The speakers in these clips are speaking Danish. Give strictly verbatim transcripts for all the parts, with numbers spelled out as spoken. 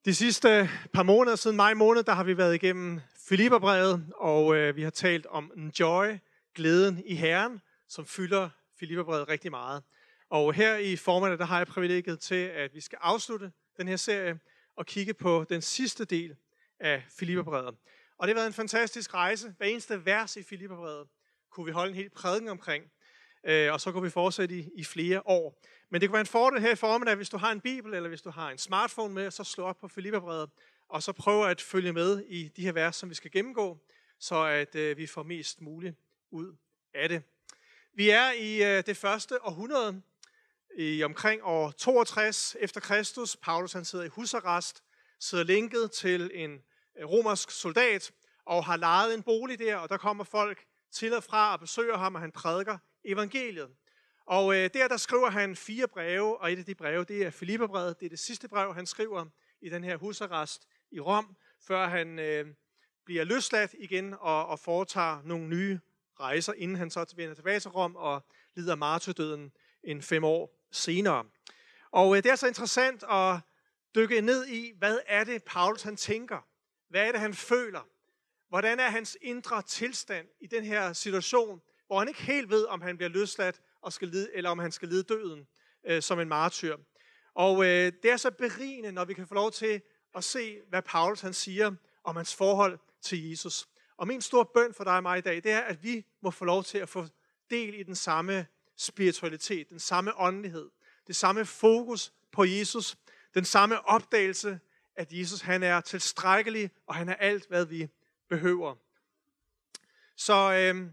De sidste par måneder, siden maj måned, der har vi været igennem Filipperbrevet, og øh, vi har talt om joy, glæden i Herren, som fylder Filipperbrevet rigtig meget. Og her i formiddag, der har jeg privilegiet til, at vi skal afslutte den her serie og kigge på den sidste del af Filipperbrevet. Og det har været en fantastisk rejse. Hver eneste vers i Filipperbrevet kunne vi holde en hel prædiken omkring, øh, og så kunne vi fortsætte i, i flere år. Men det kunne være en fordel her i formiddag, hvis du har en bibel, eller hvis du har en smartphone med, så slå op på Filipperbrevet, og så prøv at følge med i de her vers, som vi skal gennemgå, så at øh, vi får mest muligt ud af det. Vi er i øh, det første århundrede, i omkring år toogtres efter Kristus. Paulus han sidder i husarrest, sidder lænket til en romersk soldat, og har lejet en bolig der, og der kommer folk til og fra og besøger ham, og han prædiker evangeliet. Og øh, der, der skriver han fire breve, og et af de breve, det er Filipperbrevet. Det er det sidste brev, han skriver i den her husarrest i Rom, før han øh, bliver løsladt igen og, og foretager nogle nye rejser, inden han så vender tilbage til Rom og lider martyrdøden en fem år senere. Og øh, det er så interessant at dykke ned i, hvad er det, Paulus han tænker? Hvad er det, han føler? Hvordan er hans indre tilstand i den her situation, hvor han ikke helt ved, om han bliver løsladt, og skal lide, eller om han skal lide døden øh, som en martyr. Og øh, det er så berigende, når vi kan få lov til at se, hvad Paulus han siger om hans forhold til Jesus. Og min store bøn for dig og mig i dag, det er, at vi må få lov til at få del i den samme spiritualitet, den samme åndelighed, det samme fokus på Jesus, den samme opdagelse, at Jesus han er tilstrækkelig, og han er alt, hvad vi behøver. Så øh,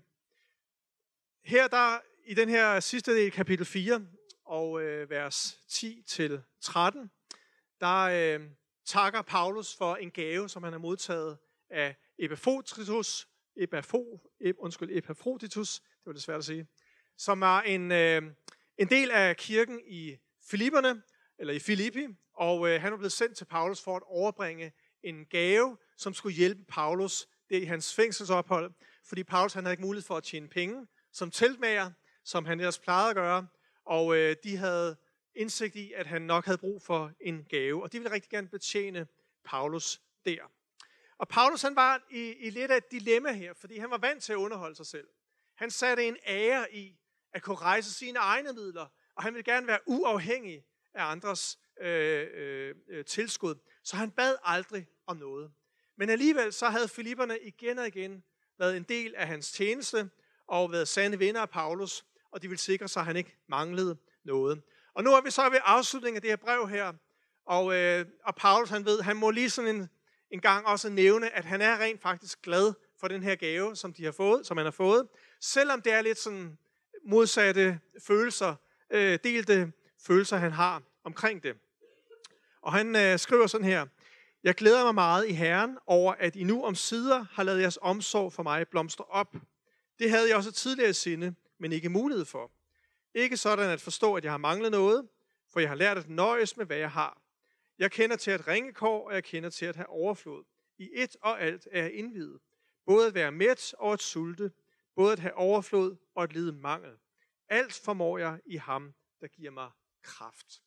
her der i den her sidste del, kapitel fire, og øh, vers ti til tretten, der øh, takker Paulus for en gave, som han har modtaget af Epafroditus, Epafro, Ep, undskyld, Epafroditus, det var det svært at sige, som er en, øh, en del af kirken i Filipperne, eller i Filippi, og øh, han var blevet sendt til Paulus for at overbringe en gave, som skulle hjælpe Paulus det i hans fængselsophold, fordi Paulus han havde ikke mulighed for at tjene penge som teltmager, som han ellers plejede at gøre, og øh, de havde indsigt i, at han nok havde brug for en gave, og de ville rigtig gerne betjene Paulus der. Og Paulus han var i, i lidt af et dilemma her, fordi han var vant til at underholde sig selv. Han satte en ære i at kunne rejse sine egne midler, og han ville gerne være uafhængig af andres øh, øh, tilskud, så han bad aldrig om noget. Men alligevel så havde filipperne igen og igen været en del af hans tjeneste, og været sande venner af Paulus, og de ville sikre sig, at han ikke manglede noget. Og nu er vi så ved afslutningen af det her brev her, og, øh, og Paulus han ved, han må lige sådan en, en gang også nævne, at han er rent faktisk glad for den her gave, som de har fået, som han har fået, selvom det er lidt sådan modsatte følelser, øh, delte følelser, han har omkring det. Og han øh, skriver sådan her: Jeg glæder mig meget i Herren over, at I nu omsider har ladet jeres omsorg for mig blomstre op. Det havde jeg også tidligere i sinde, men ikke mulighed for. Ikke sådan at forstå, at jeg har manglet noget, for jeg har lært at nøjes med, hvad jeg har. Jeg kender til at ringekår, og jeg kender til at have overflod. I et og alt er jeg indviet. Både at være mæt og at sulte, både at have overflod og at lide mangel. Alt formår jeg i ham, der giver mig kraft.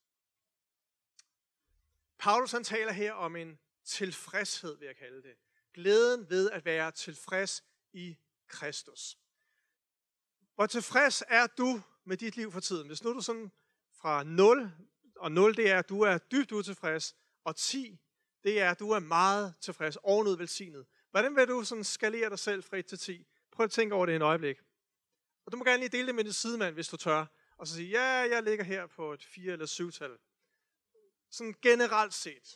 Paulus han taler her om en tilfredshed, vil jeg kalde det. Glæden ved at være tilfreds i Kristus. Hvor tilfreds er du med dit liv for tiden? Hvis nu er du sådan fra nul, og nul det er, at du er dybt utilfreds, og ti, det er, at du er meget tilfreds, ovenud velsignet. Hvordan vil du sådan skalere dig selv fra et til ti? Prøv at tænke over det en øjeblik. Og du må gerne lige dele det med din sidemand, hvis du tør, og så sige, ja, jeg ligger her på et fire eller syv tal. Sådan generelt set.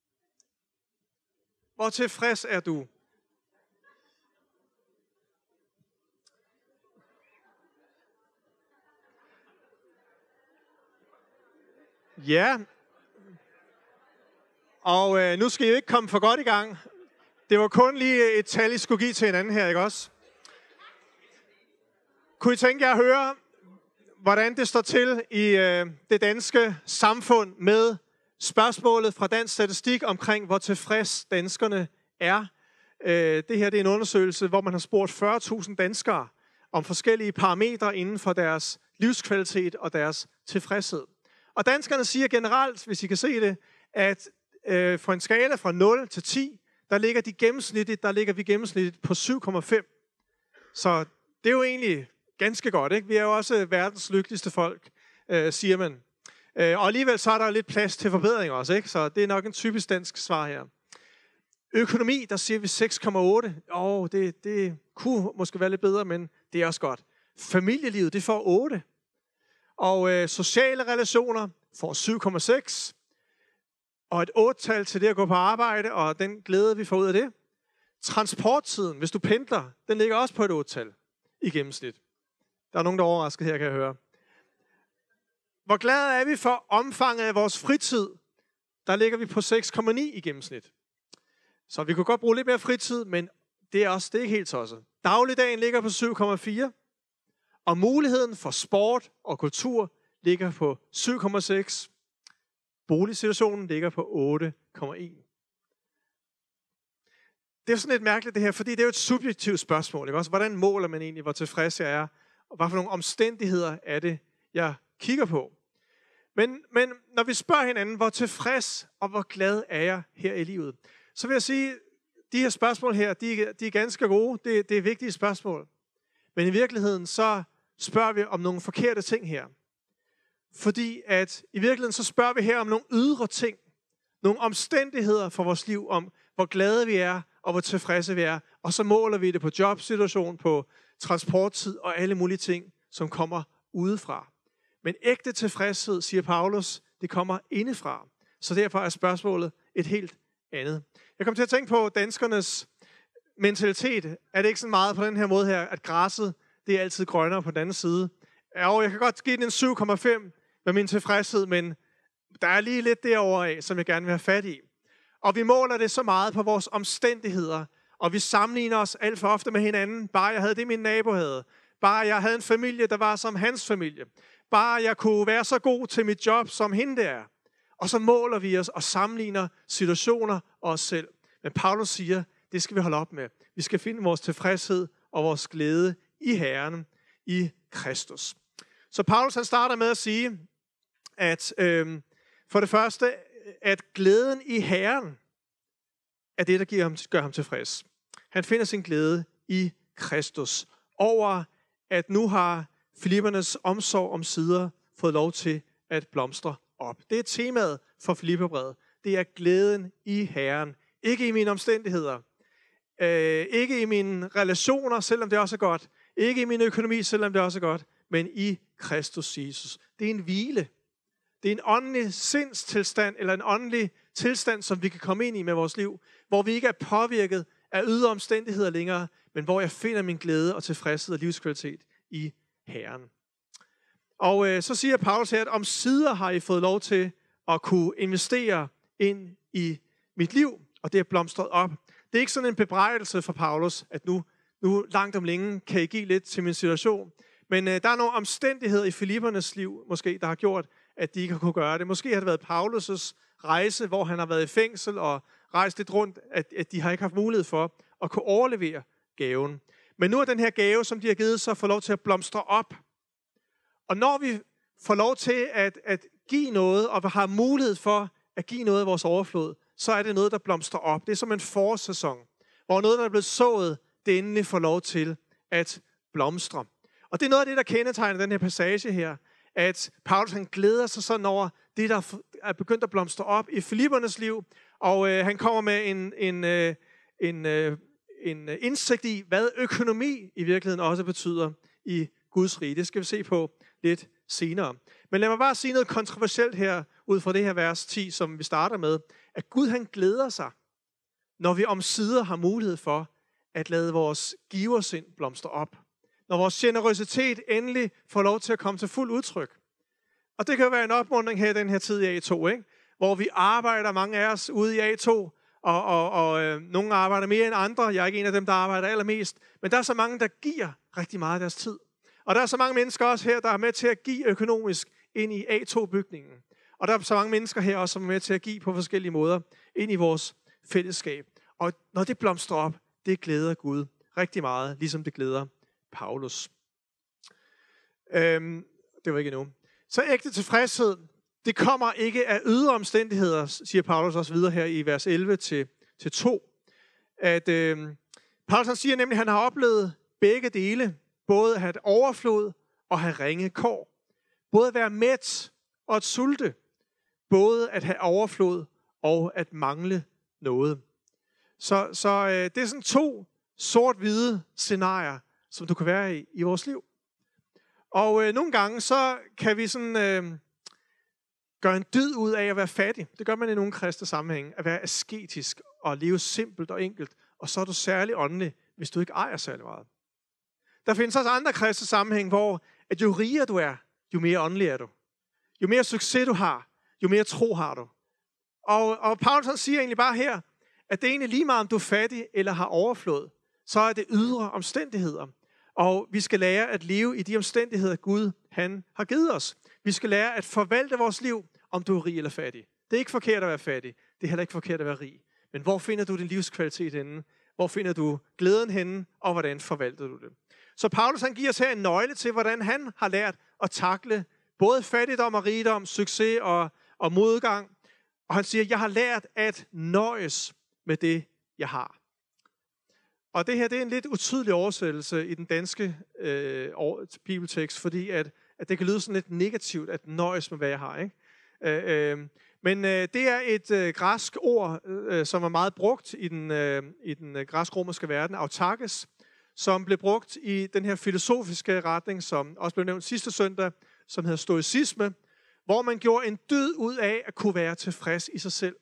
Hvor tilfreds er du? Ja, og øh, nu skal I jo ikke komme for godt i gang. Det var kun lige et tal, I skulle give til hinanden her, ikke også? Kunne I tænke jer at høre, hvordan det står til i øh, det danske samfund med spørgsmålet fra Dansk Statistik omkring, hvor tilfreds danskerne er? Øh, det her det er en undersøgelse, hvor man har spurgt fyrre tusind danskere om forskellige parametre inden for deres livskvalitet og deres tilfredshed. Og danskerne siger generelt, hvis I kan se det, at øh, for en skala fra nul til ti, der ligger de gennemsnitligt, der ligger vi gennemsnitligt på syv komma fem. Så det er jo egentlig ganske godt, ikke? Vi er jo også verdens lykkeligste folk, øh, siger man. Øh, og alligevel så er der lidt plads til forbedringer også, ikke? Så det er nok en typisk dansk svar her. Økonomi, der siger vi seks komma otte. Åh, oh, det, det kunne måske være lidt bedre, men det er også godt. Familielivet, det får otte. Og øh, sociale relationer får syv komma seks. Og et otte-tal til det at gå på arbejde, og den glæde, vi får ud af det. Transporttiden, hvis du pendler, den ligger også på et otte-tal i gennemsnit. Der er nogen, der er overrasket her, kan jeg høre. Hvor glade er vi for omfanget af vores fritid? Der ligger vi på seks komma ni i gennemsnit. Så vi kunne godt bruge lidt mere fritid, men det er også det er ikke helt tosset. Dagligdagen ligger på syv komma fire. Og muligheden for sport og kultur ligger på syv komma seks. Boligsituationen ligger på otte komma en. Det er sådan lidt mærkeligt det her, fordi det er jo et subjektivt spørgsmål. Ikke? Også, hvordan måler man egentlig, hvor tilfreds jeg er? Og hvad for nogle omstændigheder er det, jeg kigger på? Men, men når vi spørger hinanden, hvor tilfreds og hvor glad er jeg her i livet? Så vil jeg sige, de her spørgsmål her, de, de er ganske gode. Det, det er vigtige spørgsmål. Men i virkeligheden, så spørger vi om nogle forkerte ting her. Fordi at i virkeligheden, så spørger vi her om nogle ydre ting. Nogle omstændigheder for vores liv, om hvor glade vi er, og hvor tilfredse vi er. Og så måler vi det på jobsituation, på transporttid og alle mulige ting, som kommer udefra. Men ægte tilfredshed, siger Paulus, det kommer indefra. Så derfor er spørgsmålet et helt andet. Jeg kom til at tænke på danskernes mentalitet. Er det ikke så meget på den her måde her, at græsset, det er altid grønnere på den anden side? Ja, jeg kan godt give den en syv komma fem med min tilfredshed, men der er lige lidt derovre af, som jeg gerne vil have fat i. Og vi måler det så meget på vores omstændigheder, og vi sammenligner os alt for ofte med hinanden. Bare jeg havde det, min nabo havde. Bare jeg havde en familie, der var som hans familie. Bare jeg kunne være så god til mit job, som hende der. Og så måler vi os og sammenligner situationer og os selv. Men Paulus siger, det skal vi holde op med. Vi skal finde vores tilfredshed og vores glæde i Herren, i Kristus. Så Paulus han starter med at sige, at øh, for det første, at glæden i Herren er det, der giver ham, gør ham tilfreds. Han finder sin glæde i Kristus over, at nu har Filippernes omsorg om sider fået lov til at blomstre op. Det er temaet for Filipperbrevet. Det er glæden i Herren. Ikke i mine omstændigheder. Øh, ikke i mine relationer, selvom det også er godt. Ikke i min økonomi, selvom det også er godt. Men i Kristus Jesus. Det er en hvile. Det er en åndelig sindstilstand, eller en åndelig tilstand, som vi kan komme ind i med vores liv, hvor vi ikke er påvirket af ydre omstændigheder længere, men hvor jeg finder min glæde og tilfredshed og livskvalitet i Herren. Og øh, så siger Paulus her, at om sider har I fået lov til at kunne investere ind i mit liv, og det er blomstret op. Det er ikke sådan en bebrejdelse for Paulus, at nu, nu langt om længe kan I give lidt til min situation. Men øh, der er nogle omstændigheder i Filippernes liv, måske, der har gjort, at de ikke har kunne gøre det. Måske har det været Paulus' rejse, hvor han har været i fængsel og rejst lidt rundt, at, at de har ikke haft mulighed for at kunne overlevere gaven. Men nu er den her gave, som de har givet, så får lov til at blomstre op. Og når vi får lov til at, at give noget, og har mulighed for at give noget af vores overflod, så er det noget, der blomstrer op. Det er som en forårssæson, hvor noget, der er blevet sået, det endelig får lov til at blomstre. Og det er noget af det, der kendetegner den her passage her, at Paulus han glæder sig sådan over det, der er begyndt at blomstre op i Filippernes liv, og øh, han kommer med en, en, øh, en, øh, en indsigt i, hvad økonomi i virkeligheden også betyder i Guds rige. Det skal vi se på lidt senere. Men lad mig bare sige noget kontroversielt her, ud fra det her vers ti, som vi starter med, at Gud han glæder sig, når vi omsider har mulighed for at lade vores giversind blomstre op. Når vores generøsitet endelig får lov til at komme til fuld udtryk. Og det kan jo være en opmuntring her i den her tid i A to, ikke? Hvor vi arbejder, mange af os ude i A to, og, og, og øh, nogle arbejder mere end andre. Jeg er ikke en af dem, der arbejder allermest. Men der er så mange, der giver rigtig meget af deres tid. Og der er så mange mennesker også her, der er med til at give økonomisk ind i A to-bygningen. Og der er så mange mennesker her også, som er med til at give på forskellige måder ind i vores fællesskab. Og når det blomstrer op, det glæder Gud rigtig meget, ligesom det glæder Paulus. Øhm, det var ikke endnu. Så ægte tilfredshed, Det kommer ikke af ydre omstændigheder, siger Paulus også videre her i vers elleve til to. At øh, Paulus han siger nemlig, at han har oplevet begge dele. Både at have et overflod og have ringe kår. Både at være mæt og at sulte. Både at have overflod og at mangle noget. Så, så øh, det er sådan to sort-hvide scenarier, som du kan være i i vores liv. Og øh, nogle gange så kan vi sådan øh, gøre en dyd ud af at være fattig. Det gør man i nogle kristne sammenhænge. At være asketisk og leve simpelt og enkelt. Og så er du særlig åndelig, hvis du ikke ejer særlig meget. Der findes også andre kristne sammenhænge, hvor at jo rigere du er, jo mere åndelig er du. Jo mere succes du har, jo mere tro har du. Og, og Paulus han siger egentlig bare her, at det er egentlig lige meget, om du er fattig eller har overflod, så er det ydre omstændigheder. Og vi skal lære at leve i de omstændigheder, Gud han har givet os. Vi skal lære at forvalte vores liv, om du er rig eller fattig. Det er ikke forkert at være fattig. Det er heller ikke forkert at være rig. Men hvor finder du din livskvalitet henne? Hvor finder du glæden henne? Og hvordan forvalter du det? Så Paulus han giver os her en nøgle til, hvordan han har lært at takle både fattigdom og rigdom, succes og, og modgang. Og han siger, jeg har lært at nøjes med det, jeg har. Og det her det er en lidt utydelig oversættelse i den danske øh, bibeltekst, fordi at, at det kan lyde sådan lidt negativt at nøjes med, hvad jeg har. Ikke? Øh, øh, men øh, det er et øh, græsk ord, øh, som er meget brugt i den, øh, i den øh, græsk-romerske verden, autarkes, som blev brugt i den her filosofiske retning, som også blev nævnt sidste søndag, som hedder stoicisme, hvor man gjorde en dyd ud af at kunne være tilfreds i sig selv.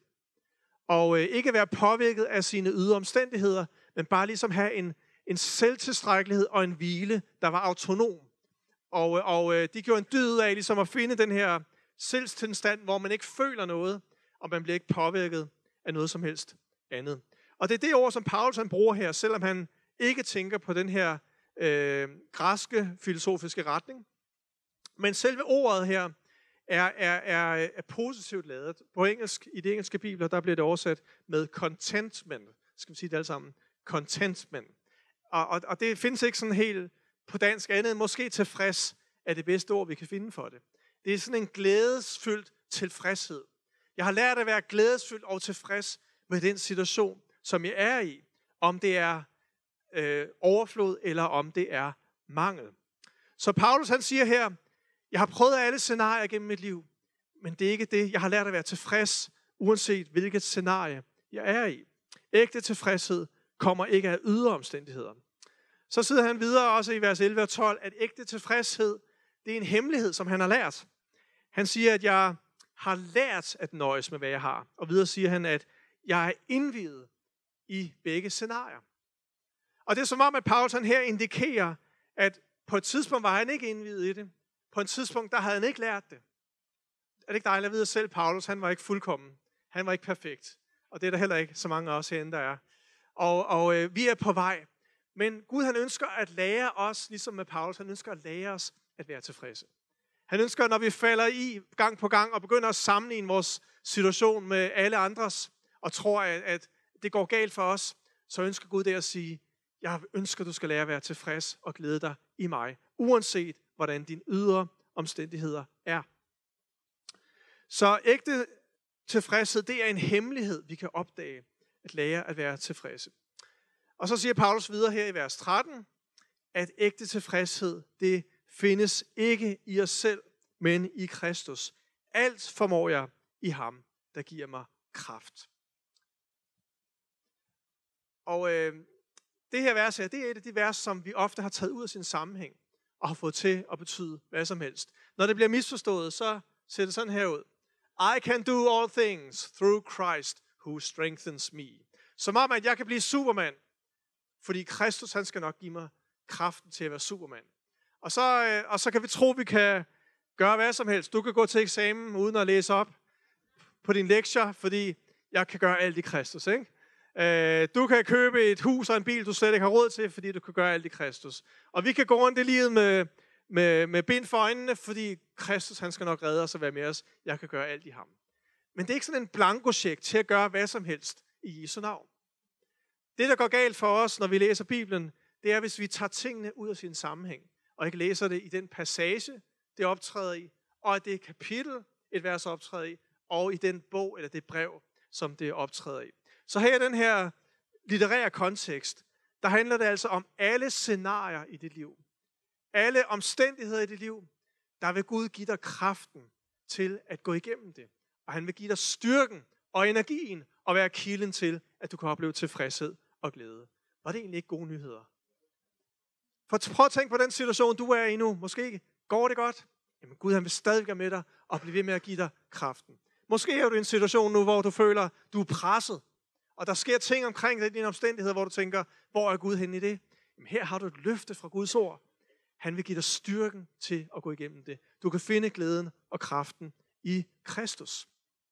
Og øh, ikke være påvirket af sine ydre omstændigheder, men bare ligesom have en, en selvtilstrækkelighed og en hvile, der var autonom. Og, og øh, de gjorde en dyd ud af ligesom at finde den her selvtilstand, hvor man ikke føler noget, og man bliver ikke påvirket af noget som helst andet. Og det er det ord, som Paulus han bruger her, selvom han ikke tænker på den her øh, græske filosofiske retning. Men selve ordet her er, er, er, er positivt ladet. På engelsk, i de engelske bibler, der bliver det oversat med contentment. Skal vi sige det alle sammen? Contentment. Og, og, og det findes ikke sådan helt på dansk andet. Måske tilfreds er det bedste ord, vi kan finde for det. Det er sådan en glædesfyldt tilfredshed. Jeg har lært at være glædesfyldt og tilfreds med den situation, som jeg er i. Om det er øh, overflod, eller om det er mangel. Så Paulus han siger her, jeg har prøvet alle scenarier gennem mit liv, men det er ikke det. Jeg har lært at være tilfreds, uanset hvilket scenarie jeg er i. Ægte tilfredshed kommer ikke af ydre omstændigheder. Så sidder han videre også i vers elleve og tolv, at ægte tilfredshed, det er en hemmelighed, som han har lært. Han siger, at jeg har lært at nøjes med, hvad jeg har. Og videre siger han, at jeg er indviet i begge scenarier. Og det er som om, at Paulus han her indikerer, at på et tidspunkt var han ikke indviet i det. På et tidspunkt, der havde han ikke lært det. Er det ikke dejligt at vide selv, Paulus, han var ikke fuldkommen. Han var ikke perfekt. Og det er der heller ikke så mange af os herinde, der er. Og, og øh, vi er på vej. Men Gud han ønsker at lære os, ligesom med Paulus, han ønsker at lære os at være tilfredse. Han ønsker, når vi falder i gang på gang og begynder at sammenligne vores situation med alle andres, og tror, at, at det går galt for os, så ønsker Gud det at sige, jeg ønsker, du skal lære at være tilfreds og glæde dig i mig, uanset hvordan dine ydre omstændigheder er. Så ægte tilfredshed, det er en hemmelighed, vi kan opdage, at lære at være tilfredse. Og så siger Paulus videre her i vers tretten, at ægte tilfredshed, det findes ikke i os selv, men i Kristus. Alt formår jeg i ham, der giver mig kraft. Og øh, det her vers her, det er et af de vers, som vi ofte har taget ud af sin sammenhæng, og har fået til at betyde hvad som helst. Når det bliver misforstået, så ser det sådan her ud. I can do all things through Christ who strengthens me. Som om, at jeg kan blive Superman, fordi Kristus han skal nok give mig kraften til at være Superman. Og så, øh, og så kan vi tro, at vi kan gøre hvad som helst. Du kan gå til eksamen uden at læse op på din lektier, fordi jeg kan gøre alt i Kristus, ikke? Øh, du kan købe et hus og en bil, du slet ikke har råd til, fordi du kan gøre alt i Kristus. Og vi kan gå rundt i livet med, med, med bind for øjnene, fordi Kristus han skal nok redde os og være med os. Jeg kan gøre alt i ham. Men det er ikke sådan en blankocheck til at gøre hvad som helst i Jesu navn. Det, der går galt for os, når vi læser Bibelen, det er, hvis vi tager tingene ud af sin sammenhæng, og ikke læser det i den passage, det optræder i, og at det er kapitel et vers optræder i, og i den bog eller det brev, som det optræder i. Så her i den her litterære kontekst, der handler det altså om alle scenarier i dit liv. Alle omstændigheder i dit liv, der vil Gud give dig kraften til at gå igennem det. Og han vil give dig styrken og energien og være kilden til, at du kan opleve tilfredshed og glæde. Var det egentlig ikke gode nyheder? For prøv at tænke på den situation, du er i nu. Måske går det godt. Jamen Gud, han vil stadig være med dig og blive ved med at give dig kraften. Måske er du i en situation nu, hvor du føler, du er presset. Og der sker ting omkring dig i dine omstændigheder, hvor du tænker, hvor er Gud henne i det? Jamen her har du et løfte fra Guds ord. Han vil give dig styrken til at gå igennem det. Du kan finde glæden og kraften i Kristus.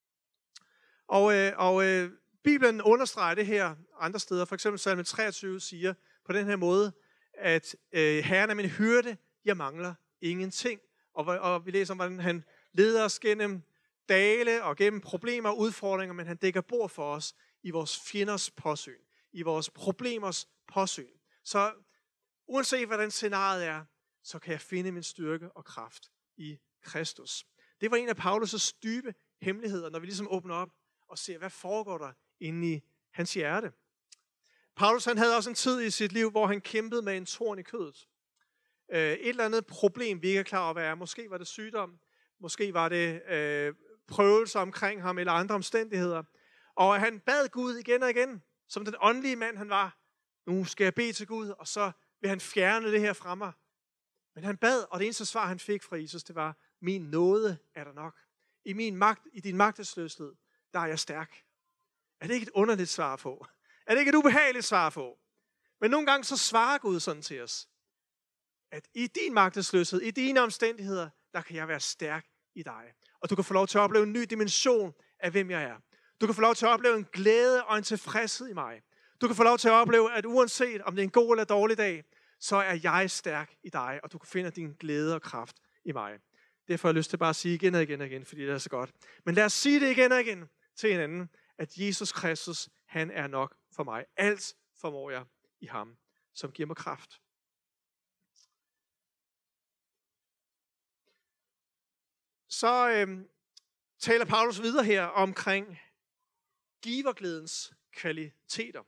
Og, øh, og øh, Bibelen understreger det her andre steder. For eksempel salme treogtyve siger på den her måde, at øh, Herren er min hyrde, jeg mangler ingenting. Og, og vi læser om, hvordan han leder os gennem dale og gennem problemer og udfordringer, men han dækker bord for os i vores fjenders påsyn, i vores problemers påsyn. Så uanset hvordan scenariet er, så kan jeg finde min styrke og kraft i Kristus. Det var en af Paulus' dybe hemmeligheder, når vi ligesom åbner op og ser, hvad foregår der inde i hans hjerte. Paulus han havde også en tid i sit liv, hvor han kæmpede med en torn i kødet. Et eller andet problem, vi ikke er klar over, hvad er. Måske var det sygdom, måske var det øh, prøvelser omkring ham eller andre omstændigheder. Og han bad Gud igen og igen, som den åndelige mand han var. Nu skal jeg bede til Gud, og så vil han fjerne det her fra mig. Men han bad, og det eneste svar, han fik fra Jesus, det var, min nåde er der nok. I, min magt, i din magtesløshed, der er jeg stærk. Er det ikke et underligt svar på? Er det ikke et ubehageligt svar på? Men nogle gange så svarer Gud sådan til os, at i din magtesløshed, i dine omstændigheder, der kan jeg være stærk i dig. Og du kan få lov til at opleve en ny dimension af, hvem jeg er. Du kan få lov til at opleve en glæde og en tilfredshed i mig. Du kan få lov til at opleve, at uanset om det er en god eller dårlig dag, så er jeg stærk i dig, og du kan finde din glæde og kraft i mig. Derfor har jeg lyst til bare at sige igen og igen og igen, fordi det er så godt. Men lad os sige det igen og igen til hinanden, at Jesus Kristus, han er nok for mig. Alt formår jeg i ham, som giver mig kraft. Så øh, taler Paulus videre her omkring giverglædens kvaliteter.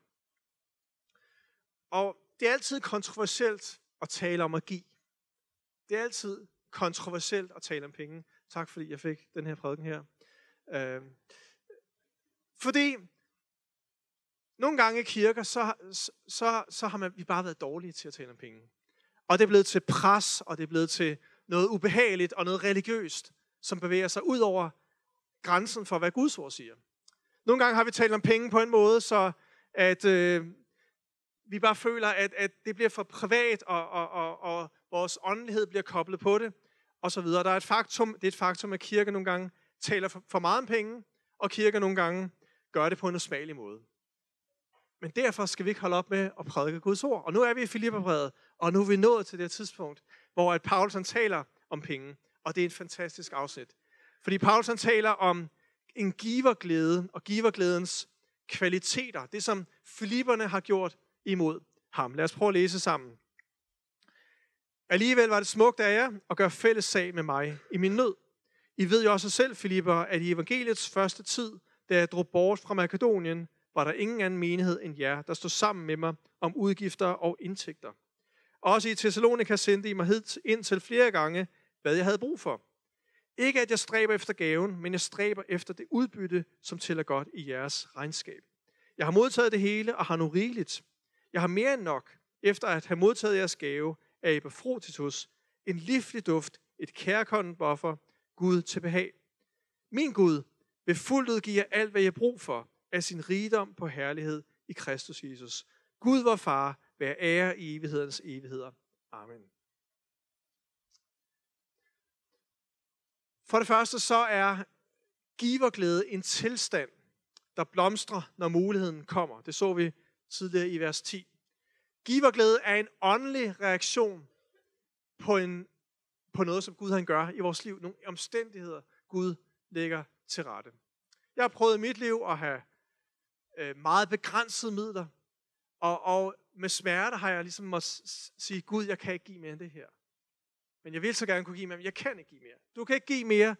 Og det er altid kontroversielt at tale om at give. Det er altid kontroversielt at tale om penge. Tak fordi jeg fik den her prædiken her. Øh, fordi nogle gange i kirker, så, så, så har man, vi bare været dårlige til at tale om penge. Og det er blevet til pres, og det er blevet til noget ubehageligt og noget religiøst, som bevæger sig ud over grænsen for, hvad Guds ord siger. Nogle gange har vi talt om penge på en måde, så at øh, vi bare føler, at, at det bliver for privat, og, og, og, og vores åndelighed bliver koblet på det, og så videre. Der er et faktum, det er et faktum, at kirker nogle gange taler for, for meget om penge, og kirker nogle gange gør det på en usmagelig måde. Men derfor skal vi ikke holde op med at prædike Guds ord. Og nu er vi i Filipperbrevet, og nu er vi nået til det tidspunkt, hvor at Paulus han taler om penge. Og det er et fantastisk afsnit. Fordi Paulus han taler om en giverglæde og giverglædens kvaliteter. Det som filipperne har gjort imod ham. Lad os prøve at læse sammen. Alligevel var det smukt af jer at gøre fælles sag med mig i min nød. I ved jo også selv, Filipper, at i evangeliets første tid, da jeg drog bort fra Makedonien, var der ingen anden menighed end jer, der stod sammen med mig om udgifter og indtægter. Også i Thessalonika sendte I mig ind til flere gange, hvad jeg havde brug for. Ikke at jeg stræber efter gaven, men jeg stræber efter det udbytte, som tæller godt i jeres regnskab. Jeg har modtaget det hele og har nu rigeligt. Jeg har mere end nok, efter at have modtaget jeres gave af Epafroditus, en livlig duft, et kærkomment buffer, Gud til behag. Min Gud vil fuldt ud give jer alt, hvad I har brug for, af sin rigdom på herlighed i Kristus Jesus. Gud vor Far, vær ære i evighedernes evigheder. Amen. For det første så er giverglæde en tilstand, der blomstrer, når muligheden kommer. Det så vi tidligere i vers ti. Giverglæde er en åndelig reaktion på, en, på noget, som Gud han gør i vores liv. Nogle omstændigheder, Gud lægger til rette. Jeg har prøvet i mit liv at have øh, meget begrænsede midler, og, og med smerte har jeg ligesom måttet sige, Gud, jeg kan ikke give mere end det her. Men jeg vil så gerne kunne give mere, men jeg kan ikke give mere. Du kan ikke give mere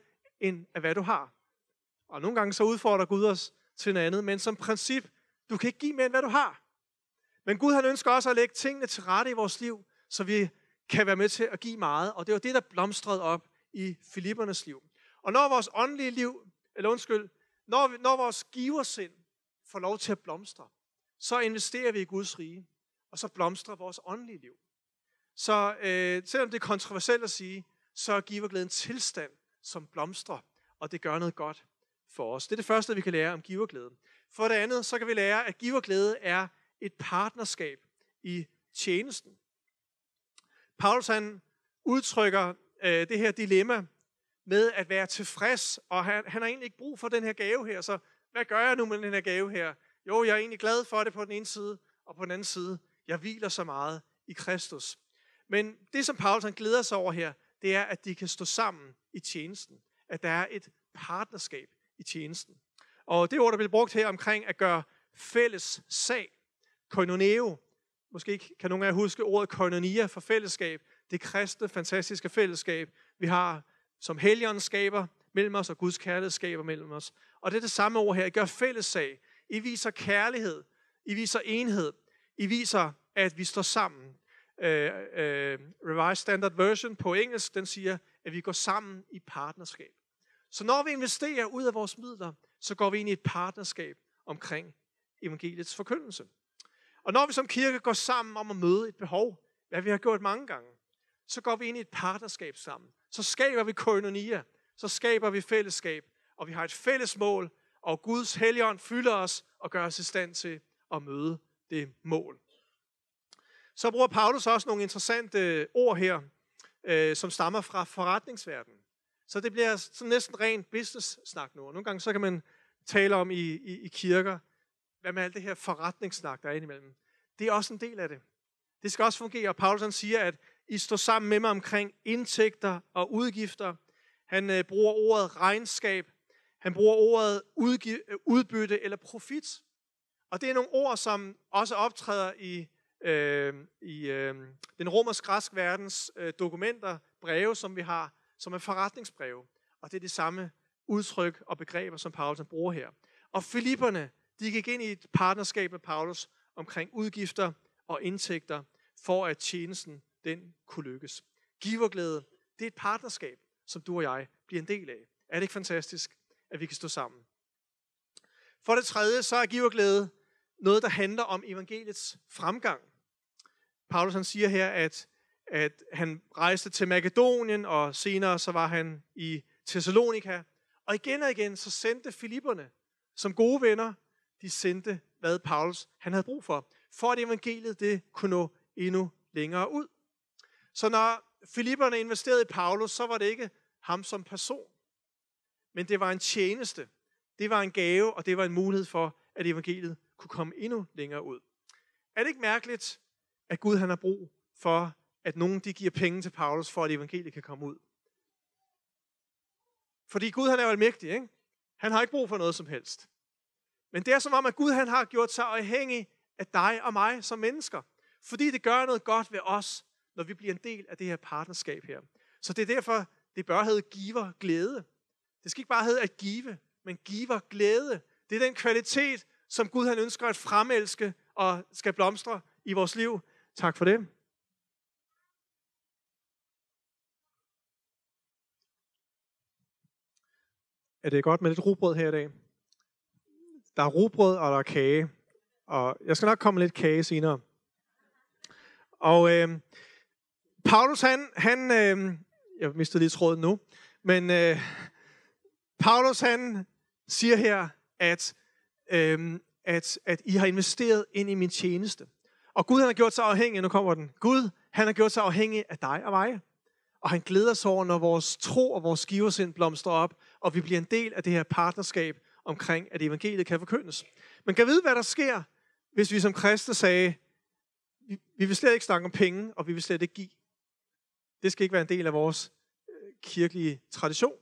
end af hvad du har. Og nogle gange så udfordrer Gud os til noget andet, men som princip, du kan ikke give mere end hvad du har. Men Gud han ønsker også at lægge tingene til rette i vores liv, så vi kan være med til at give meget. Og det var det, der blomstrede op i Filippernes liv. Og når vores åndelige liv, eller undskyld, når, vi, når vores giversind får lov til at blomstre, så investerer vi i Guds rige, og så blomstrer vores åndelige liv. Så øh, selvom det er kontroversielt at sige, så er giverglæden en tilstand, som blomstrer, og det gør noget godt for os. Det er det første, vi kan lære om giverglæde. For det andet, så kan vi lære, at giverglæde er et partnerskab i tjenesten. Paulus han udtrykker øh, det her dilemma med at være tilfreds, og han, han har egentlig ikke brug for den her gave her, så hvad gør jeg nu med den her gave her? Jo, jeg er egentlig glad for det på den ene side, og på den anden side, jeg hviler så meget i Kristus. Men det, som Paulus han glæder sig over her, det er, at de kan stå sammen i tjenesten. At der er et partnerskab i tjenesten. Og det ord, der bliver brugt her omkring at gøre fælles sag, koinoneo. Måske kan nogle af jer huske ordet koinonia for fællesskab. Det kristne, fantastiske fællesskab, vi har som Helligånden skaber mellem os, og Guds kærlighed skaber mellem os. Og det er det samme ord her. I gør fælles sag. I viser kærlighed. I viser enhed. I viser, at vi står sammen. Uh, uh, Revised Standard Version på engelsk, den siger, at vi går sammen i partnerskab. Så når vi investerer ud af vores midler, så går vi ind i et partnerskab omkring evangeliets forkyndelse. Og når vi som kirke går sammen om at møde et behov, hvad vi har gjort mange gange, så går vi ind i et partnerskab sammen. Så skaber vi koinonia, så skaber vi fællesskab, og vi har et fælles mål, og Guds Helligånd fylder os og gør os i stand til at møde det mål. Så bruger Paulus også nogle interessante ord her, øh, som stammer fra forretningsverdenen. Så det bliver sådan næsten rent business-snak nu. Og nogle gange så kan man tale om i, i, i kirker, hvad med alt det her forretningssnak, der er indimellem. Det er også en del af det. Det skal også fungere. Og Paulus han siger, at I står sammen med mig omkring indtægter og udgifter. Han øh, bruger ordet regnskab. Han bruger ordet udgi- udbytte eller profit. Og det er nogle ord, som også optræder i, øh, i øh, den romersk-græske verdens øh, dokumenter, breve, som vi har, som er forretningsbreve. Og det er det samme udtryk og begreber, som Paulus bruger her. Og Filipperne, de gik ind i et partnerskab med Paulus omkring udgifter og indtægter, for at tjenesten den kunne lykkes. Giverglæde, det er et partnerskab, som du og jeg bliver en del af. Er det ikke fantastisk, at vi kan stå sammen? For det tredje, så er giverglæde noget, der handler om evangeliets fremgang. Paulus han siger her, at, at han rejste til Makedonien, og senere så var han i Thessalonika. Og igen og igen, så sendte Filipperne, som gode venner, de sendte, hvad Paulus han havde brug for, for at evangeliet det kunne nå endnu længere ud. Så når Filipperne investerede i Paulus, så var det ikke ham som person, men det var en tjeneste, det var en gave, og det var en mulighed for, at evangeliet kunne komme endnu længere ud. Er det ikke mærkeligt, at Gud han har brug for, at nogen de giver penge til Paulus, for at evangeliet kan komme ud? Fordi Gud han er jo almægtig, ikke? Han har ikke brug for noget som helst. Men det er som om, at Gud han har gjort sig afhængig af dig og mig som mennesker. Fordi det gør noget godt ved os, når vi bliver en del af det her partnerskab her. Så det er derfor, det bør hedde giver glæde. Det skal ikke bare hedde at give, men giver glæde. Det er den kvalitet, som Gud han ønsker at fremelske og skal blomstre i vores liv. Tak for det. Er det godt med lidt rugbrød her i dag? Der er rugbrød, og der er kage. Og jeg skal nok komme med lidt kage senere. Og øh, Paulus, han, han øh, jeg mistede lige tråden nu, men øh, Paulus, han siger her, at, øh, at, at I har investeret ind i min tjeneste. Og Gud, han har gjort sig afhængig, nu kommer den. Gud, han har gjort sig afhængig af dig og mig. Og han glæder sig over, når vores tro og vores giversind blomstrer op, og vi bliver en del af det her partnerskab omkring, at evangeliet kan forkyndes. Men kan vide, hvad der sker, hvis vi som kristne sagde, vi, vi vil slet ikke snakke om penge, og vi vil slet ikke give. Det skal ikke være en del af vores øh, kirkelige tradition.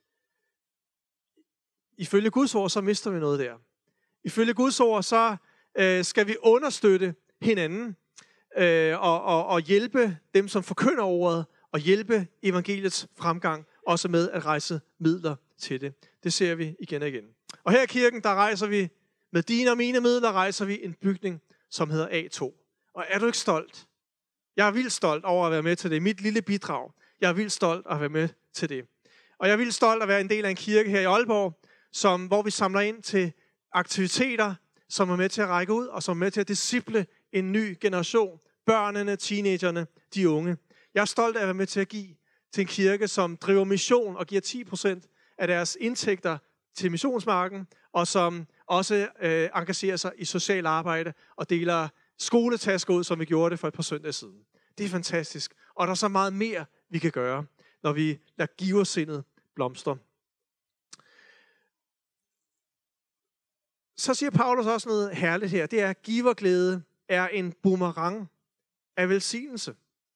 Ifølge Guds ord, så mister vi noget der. Ifølge Guds ord, så øh, skal vi understøtte hinanden, øh, og, og, og hjælpe dem, som forkynder ordet, og hjælpe evangeliets fremgang, også med at rejse midler til det. Det ser vi igen og igen. Og her i kirken, der rejser vi med dine og mine midler, rejser vi en bygning, som hedder A to. Og er du ikke stolt? Jeg er vildt stolt over at være med til det. Mit lille bidrag. Jeg er vildt stolt at være med til det. Og jeg er vildt stolt at være en del af en kirke her i Aalborg, som, hvor vi samler ind til aktiviteter, som er med til at række ud, og som er med til at disciple en ny generation. Børnene, teenagerne, de unge. Jeg er stolt af at være med til at give til en kirke, som driver mission og giver ti procent af deres indtægter til missionsmarken, og som også øh, engagerer sig i social arbejde og deler skoletasker ud, som vi gjorde det for et par søndage siden. Det er fantastisk. Og der er så meget mere, vi kan gøre, når vi lader giversindet blomstre. Så siger Paulus også noget herligt her. Det er, at giverglæde er en boomerang af velsignelse.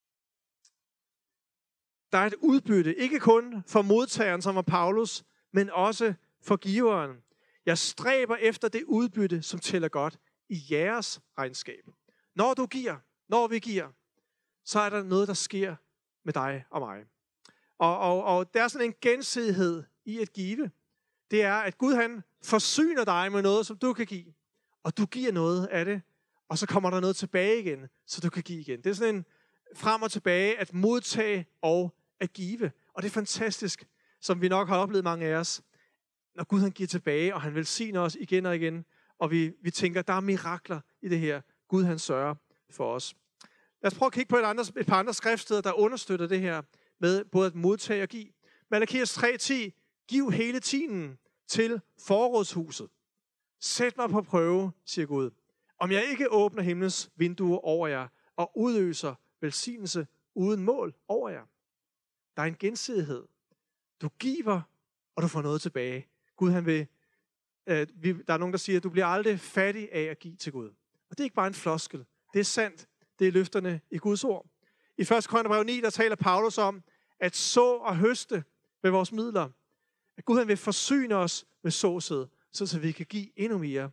Der er et udbytte, ikke kun for modtageren, som var Paulus, men også for giveren. Jeg stræber efter det udbytte, som tæller godt i jeres regnskab. Når du giver, når vi giver, så er der noget, der sker med dig og mig. Og, og, og der er sådan en gensidighed i at give. Det er, at Gud han forsyner dig med noget, som du kan give. Og du giver noget af det, og så kommer der noget tilbage igen, så du kan give igen. Det er sådan en frem og tilbage at modtage og at give. Og det er fantastisk, som vi nok har oplevet mange af os, når Gud han giver tilbage, og han velsigner os igen og igen, og vi, vi tænker, der er mirakler i det her. Gud han sørger for os. Lad os prøve at kigge på et, andre, et par andre skriftsteder, der understøtter det her med både at modtage og give. Malakias tre ti, giv hele tienden til forrådshuset. Sæt mig på prøve, siger Gud, om jeg ikke åbner himlens vinduer over jer og udøser velsignelse uden mål over jer. Der er en gensidighed. Du giver, og du får noget tilbage. Gud han vil, øh, vi, der er nogen, der siger, at du bliver aldrig fattig af at give til Gud. Og det er ikke bare en floskel. Det er sandt. Det er løfterne i Guds ord. I første Korintherbrev ni, der taler Paulus om at så og høste med vores midler. At Gud han vil forsyne os med såsæd, så vi kan give endnu mere.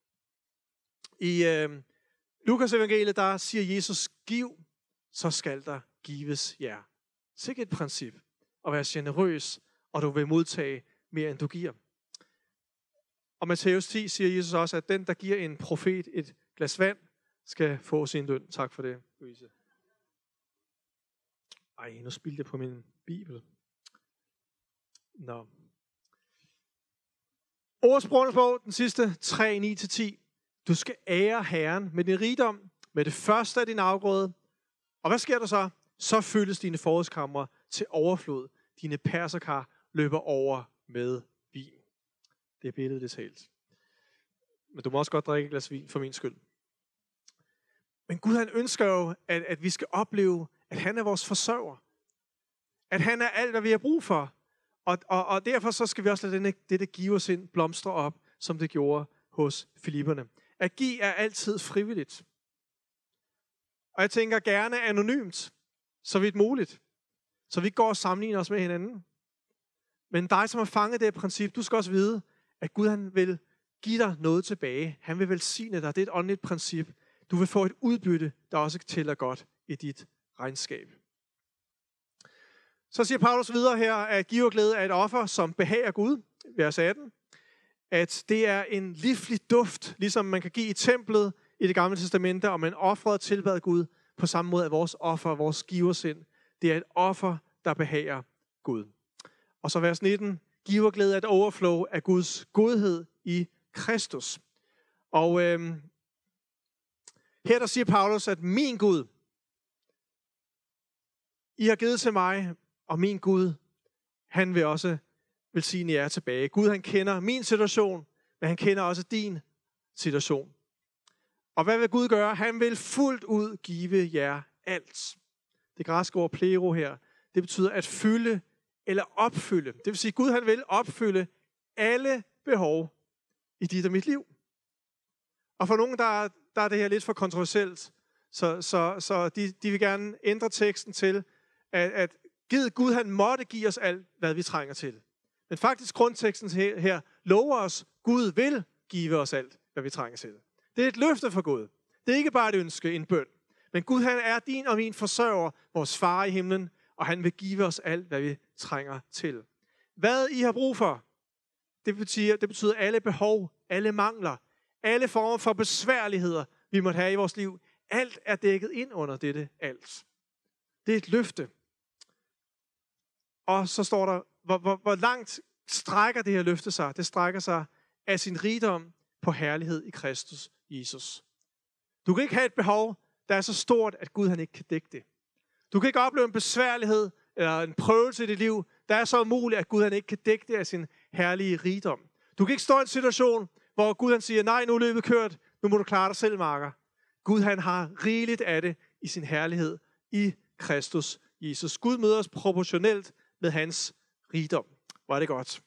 I øh, Lukas evangeliet, der siger Jesus, giv, så skal der gives jer. Sikke et princip at være generøs, og du vil modtage mere, end du giver. Og Matthæus ti siger Jesus også, at den, der giver en profet et glas vand, skal få sin løn. Tak for det, Louise. Ej, nu spildte jeg på min bibel. Nå. Ordsprogenes bog, den sidste, tre ni til ti. Du skal ære Herren med din rigdom, med det første af din afgrøde. Og hvad sker der så? Så fyldes dine forrådskamre til overflod. Dine perserkar løber over med vin. Det er billedet, det talt. Men du må også godt drikke et glas vin for min skyld. Men Gud han ønsker jo, at, at vi skal opleve, at han er vores forsørger. At han er alt, hvad vi har brug for. Og, og, og derfor så skal vi også lade denne, dette giversind blomstre op, som det gjorde hos filipperne. At give er altid frivilligt. Og jeg tænker gerne anonymt, så vidt muligt. Så vi går og sammenligner os med hinanden. Men dig, som har fanget det princip, du skal også vide, at Gud han vil give dig noget tilbage. Han vil velsigne dig. Det er et åndeligt princip. Du vil få et udbytte, der også tæller godt i dit regnskab. Så siger Paulus videre her, at giverglæde er et offer, som behager Gud, vers atten. At det er en livlig duft, ligesom man kan give i templet i det gamle testamente, og man offrede og tilbad Gud på samme måde af vores offer, vores giversind. Det er et offer, der behager Gud. Og så vers nitten. Giverglæde er et overflow af Guds godhed i Kristus. Og øhm, her der siger Paulus, at min Gud, I har givet til mig, og min Gud, han vil også velsigne jer tilbage. Gud han kender min situation, men han kender også din situation. Og hvad vil Gud gøre? Han vil fuldt ud give jer alt. Det græske ord plero her, det betyder at fylde eller opfylde. Det vil sige, at Gud han vil opfylde alle behov i dit og mit liv. Og for nogen, der, der er det her lidt for kontroversielt, så, så, så de, de vil gerne ændre teksten til, at, at Gud han måtte give os alt, hvad vi trænger til. Men faktisk grundteksten her, her lover os, Gud vil give os alt, hvad vi trænger til. Det er et løfte for Gud. Det er ikke bare et ønske, en bøn. Men Gud han er din og min forsørger, vores far i himlen, og han vil give os alt, hvad vi trænger til. hvad I har brug for. Det betyder, det betyder alle behov, alle mangler, alle former for besværligheder, vi måtte have i vores liv. Alt er dækket ind under dette alt. Det er et løfte. Og så står der, hvor, hvor, hvor langt strækker det her løfte sig? Det strækker sig af sin rigdom på herlighed i Kristus Jesus. Du kan ikke have et behov, der er så stort, at Gud han ikke kan dække det. Du kan ikke opleve en besværlighed eller en prøvelse i dit liv, der er så umuligt, at Gud han ikke kan dække det af sin herlige rigdom. Du kan ikke stå i en situation, hvor Gud han siger, nej, nu er løbet kørt, nu må du klare dig selv, Marker. Gud han har rigeligt af det i sin herlighed i Kristus Jesus. Gud møder os proportionelt med hans rigdom. Hvor er det godt.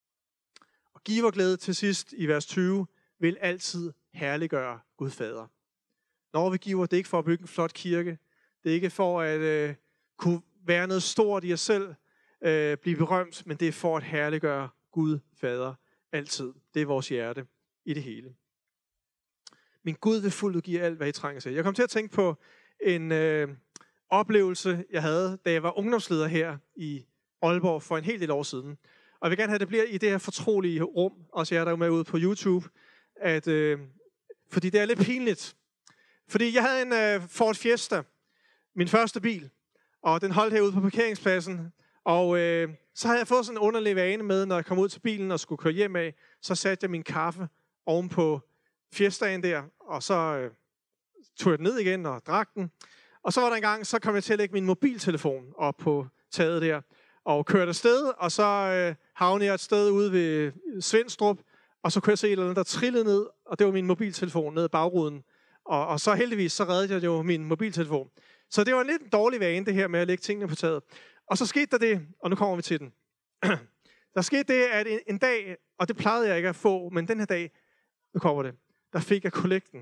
Og giverglæde til sidst i vers tyve vil altid herliggøre Gud Fader. Når vi giver, det er ikke for at bygge en flot kirke. Det er ikke for at øh, kunne være noget stort i os selv, øh, blive berømt, men det er for at herliggøre Gud Fader altid. Det er vores hjerte i det hele. Min Gud vil fuldt udgive alt, hvad I trænger til. Jeg kom til at tænke på en øh, oplevelse, jeg havde, da jeg var ungdomsleder her i Aalborg for en hel del år siden. Og jeg vil gerne have, at det bliver i det her fortrolige rum, også jeg der er med ude på YouTube, at, øh, fordi det er lidt pinligt. Fordi jeg havde en øh, Ford Fiesta, min første bil, og den holdt herude på parkeringspladsen. Og øh, så havde jeg fået sådan en underlig vane med, når jeg kom ud til bilen og skulle køre hjem af, så satte jeg min kaffe oven på Fiestaen der, og så øh, tog jeg den ned igen og drak den. Og så var der en gang, så kom jeg til at lægge min mobiltelefon op på taget der, og kørte afsted, og så øh, havnede jeg et sted ude ved Svendstrup, og så kunne jeg se et eller andet, der trillede ned, og det var min mobiltelefon ned i bagruden. Og, og så heldigvis, så reddede jeg jo min mobiltelefon. Så det var en lidt dårlig vane, det her med at lægge tingene på taget. Og så skete der det, og nu kommer vi til den. Der skete det, at en, en dag, og det plejede jeg ikke at få, men den her dag, nu kommer det, der fik jeg kollekten.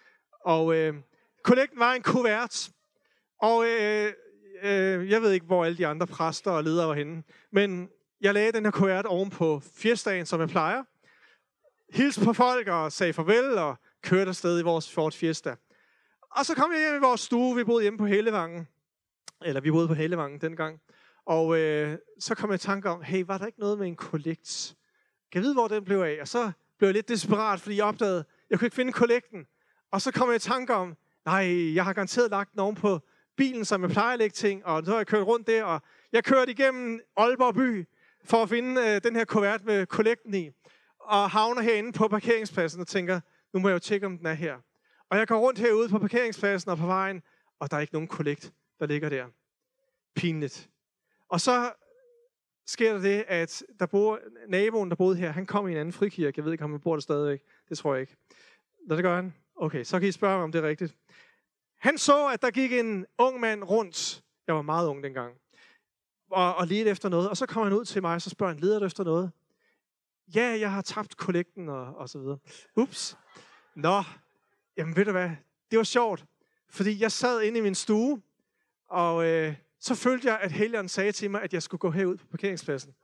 Og øh, kollekten var en kuvert, og øh, øh, jeg ved ikke, hvor alle de andre præster og ledere var henne, men jeg lagde den her kuvert oven på Fiestaen, som jeg plejer. Hilste på folk og sagde farvel og kørte afsted i vores Ford Fiesta. Og så kom jeg hjem i vores stue, vi boede hjemme på Hellevangen, eller vi boede på Hellevangen dengang, og øh, så kom jeg i tanke om, hey, var der ikke noget med en kollekt? Kan jeg vide, hvor den blev af? Og så blev jeg lidt desperat, fordi jeg opdagede, jeg kunne ikke finde kollekten. Og så kom jeg i tanke om, nej, jeg har garanteret lagt den oven på bilen, som jeg plejer at lægge ting, og så har jeg kørt rundt der, og jeg kørte igennem Aalborg by for at finde øh, den her kuvert med kollekten i, og havner herinde på parkeringspladsen og tænker, nu må jeg jo tjekke, om den er her. Og jeg går rundt herude på parkeringspladsen og på vejen, og der er ikke nogen kollekt, der ligger der. Pinligt. Og så sker der det, at der bor, naboen, der boede her, han kom i en anden frikirke. Jeg ved ikke, om han bor der stadigvæk. Det tror jeg ikke. Nå, det gør han. Okay, så kan I spørge mig, om det er rigtigt. Han så, at der gik en ung mand rundt. Jeg var meget ung dengang. Og, og ledte efter noget. Og så kom han ud til mig, og så spørger han, leder du efter noget? Ja, jeg har tabt kollekten og, og så videre. Ups. Nå, jamen ved du hvad? Det var sjovt. Fordi jeg sad inde i min stue, og øh, så følte jeg, at Helligånden sagde til mig, at jeg skulle gå herud på parkeringspladsen.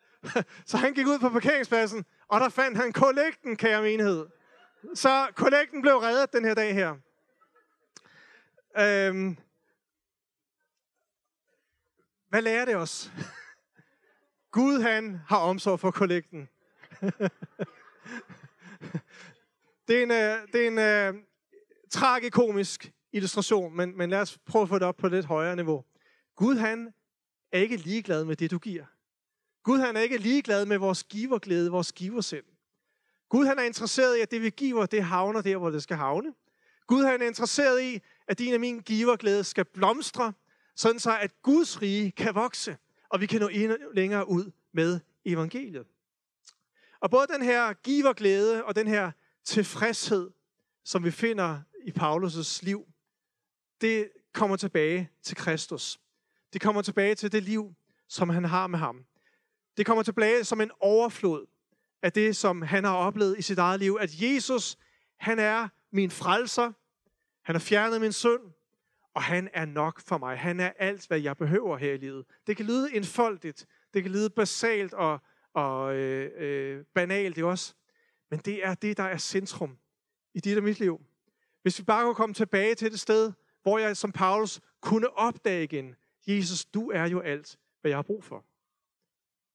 Så han gik ud på parkeringspladsen, og der fandt han kollekten, kære menighed. Så kollekten blev reddet den her dag her. Øhm, hvad lærer det os? Gud, han har omsorg for kollekten. Det er en, det er en uh, tragikomisk illustration, men, men lad os prøve at få det op på et lidt højere niveau. Gud, han er ikke ligeglad med det, du giver. Gud, han er ikke ligeglad med vores giverglæde, vores giversind. Gud, han er interesseret i, at det, vi giver, det havner der, hvor det skal havne. Gud, han er interesseret i, at din og min giverglæde skal blomstre, sådan så, at Guds rige kan vokse, og vi kan nå endnu længere ud med evangeliet. Og både den her giverglæde og den her tilfredshed, som vi finder i Paulus' liv, det kommer tilbage til Kristus. Det kommer tilbage til det liv, som han har med ham. Det kommer tilbage som en overflod af det, som han har oplevet i sit eget liv. At Jesus, han er min frelser. Han har fjernet min synd. Og han er nok for mig. Han er alt, hvad jeg behøver her i livet. Det kan lyde enfoldigt. Det kan lyde basalt og, og øh, øh, banalt, ikke også? Men det er det, der er centrum i dit og mit liv. Hvis vi bare kunne komme tilbage til det sted, hvor jeg som Paulus kunne opdage igen, Jesus, du er jo alt, hvad jeg har brug for.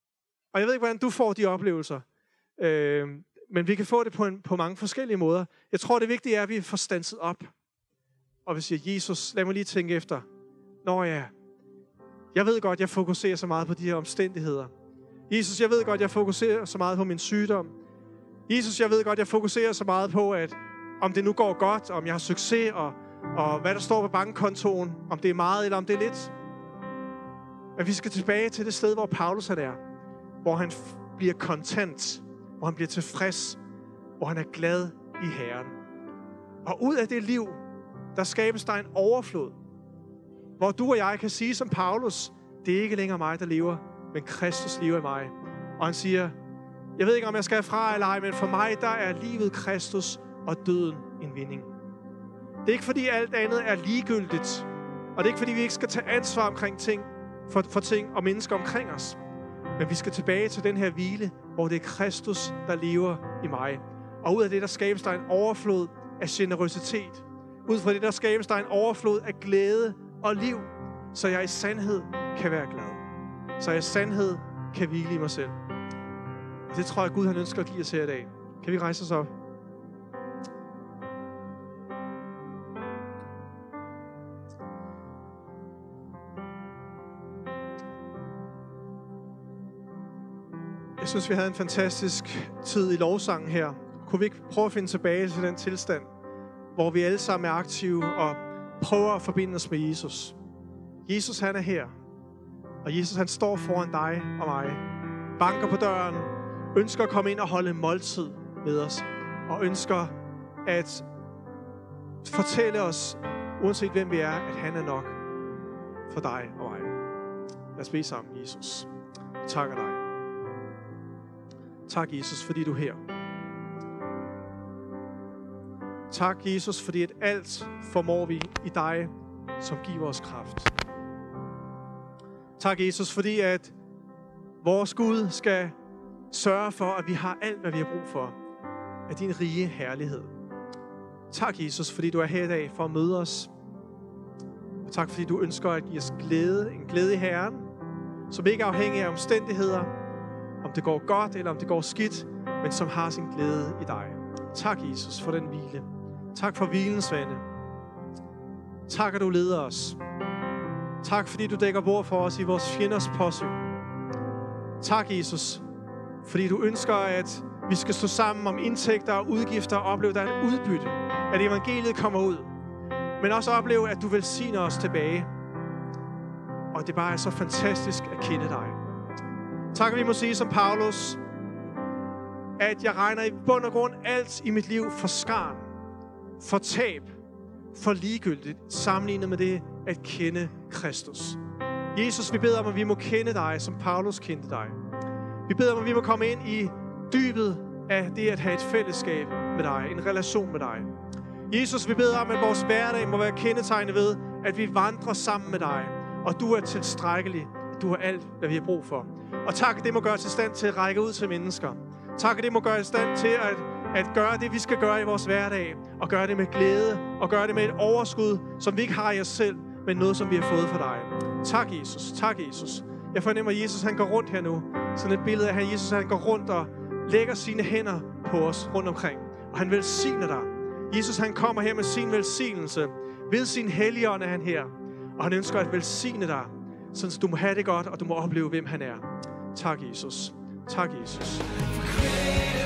Og jeg ved ikke, hvordan du får de oplevelser. Øh, men vi kan få det på, en, på mange forskellige måder. Jeg tror, det vigtige er, at vi får standset op. Og vi siger, Jesus, lad mig lige tænke efter. Nå ja, jeg ved godt, jeg fokuserer så meget på de her omstændigheder. Jesus, jeg ved godt, jeg fokuserer så meget på min sygdom. Jesus, jeg ved godt, jeg fokuserer så meget på, at om det nu går godt, om jeg har succes, og, og hvad der står på bankkontoen, om det er meget eller om det er lidt. Men vi skal tilbage til det sted, hvor Paulus han er. Hvor han f- bliver kontent, hvor han bliver tilfreds, hvor han er glad i Herren. Og ud af det liv, der skabes der en overflod, hvor du og jeg kan sige som Paulus, det er ikke længere mig, der lever, men Kristus lever i mig. Og han siger, jeg ved ikke, om jeg skal herfra eller ej, men for mig, der er livet Kristus og døden en vinding. Det er ikke, fordi alt andet er ligegyldigt, og det er ikke, fordi vi ikke skal tage ansvar omkring ting, for, for ting og mennesker omkring os. Men vi skal tilbage til den her hvile, hvor det er Kristus, der lever i mig. Og ud af det, der skabes der en overflod af generøsitet. Ud fra det, der skabes der en overflod af glæde og liv, så jeg i sandhed kan være glad. Så jeg i sandhed kan hvile i mig selv. Og det tror jeg, Gud han ønsker at give os her i dag. Kan vi rejse os op? Jeg synes, vi havde en fantastisk tid i lovsangen her. Kunne vi ikke prøve at finde tilbage til den tilstand, hvor vi alle sammen er aktive og prøver at forbinde os med Jesus. Jesus han er her, og Jesus han står foran dig og mig, banker på døren, ønsker at komme ind og holde måltid med os, og ønsker at fortælle os, uanset hvem vi er, at han er nok for dig og mig. Lad os bede sammen, Jesus. Jeg takker dig. Tak, Jesus, fordi du er her. Tak, Jesus, fordi at alt formår vi i dig, som giver os kraft. Tak, Jesus, fordi at vores Gud skal sørge for, at vi har alt, hvad vi har brug for af din rige herlighed. Tak, Jesus, fordi du er her i dag for at møde os. Og tak, fordi du ønsker at give os glæde, en glæde i Herren, som ikke er afhængig af omstændigheder, om det går godt eller om det går skidt, men som har sin glæde i dig. Tak, Jesus, for den hvile. Tak for hvilens vande. Tak, at du leder os. Tak, fordi du dækker bord for os i vores fjenders påsyn. Tak, Jesus, fordi du ønsker, at vi skal stå sammen om indtægter og udgifter og opleve, at der er et udbytte, at evangeliet kommer ud. Men også opleve, at du velsigner os tilbage. Og det bare er så fantastisk at kende dig. Tak, at vi må sige som Paulus, at jeg regner i bund og grund alt i mit liv for skarn, for tab, for ligegyldigt, sammenlignet med det at kende Kristus. Jesus, vi beder om, at vi må kende dig, som Paulus kendte dig. Vi beder om, at vi må komme ind i dybet af det at have et fællesskab med dig, en relation med dig. Jesus, vi beder om, at vores hverdag må være kendetegnet ved, at vi vandrer sammen med dig, og du er tilstrækkelig. Du har alt, hvad vi har brug for. Og tak, at det må gøre os i stand til at række ud til mennesker. Tak, at det må gøre os i stand til at, at gøre det, vi skal gøre i vores hverdag. Og gøre det med glæde. Og gøre det med et overskud, som vi ikke har i os selv, men noget, som vi har fået fra dig. Tak, Jesus. Tak, Jesus. Jeg fornemmer, at Jesus han går rundt her nu. Sådan et billede af, at Jesus han går rundt og lægger sine hænder på os rundt omkring. Og han velsigner dig. Jesus han kommer her med sin velsignelse. Ved sin helligånd er han her. Og han ønsker at velsigne dig, så du må have det godt, og du må opleve, hvem han er. Tak, Jesus. Tak, Jesus.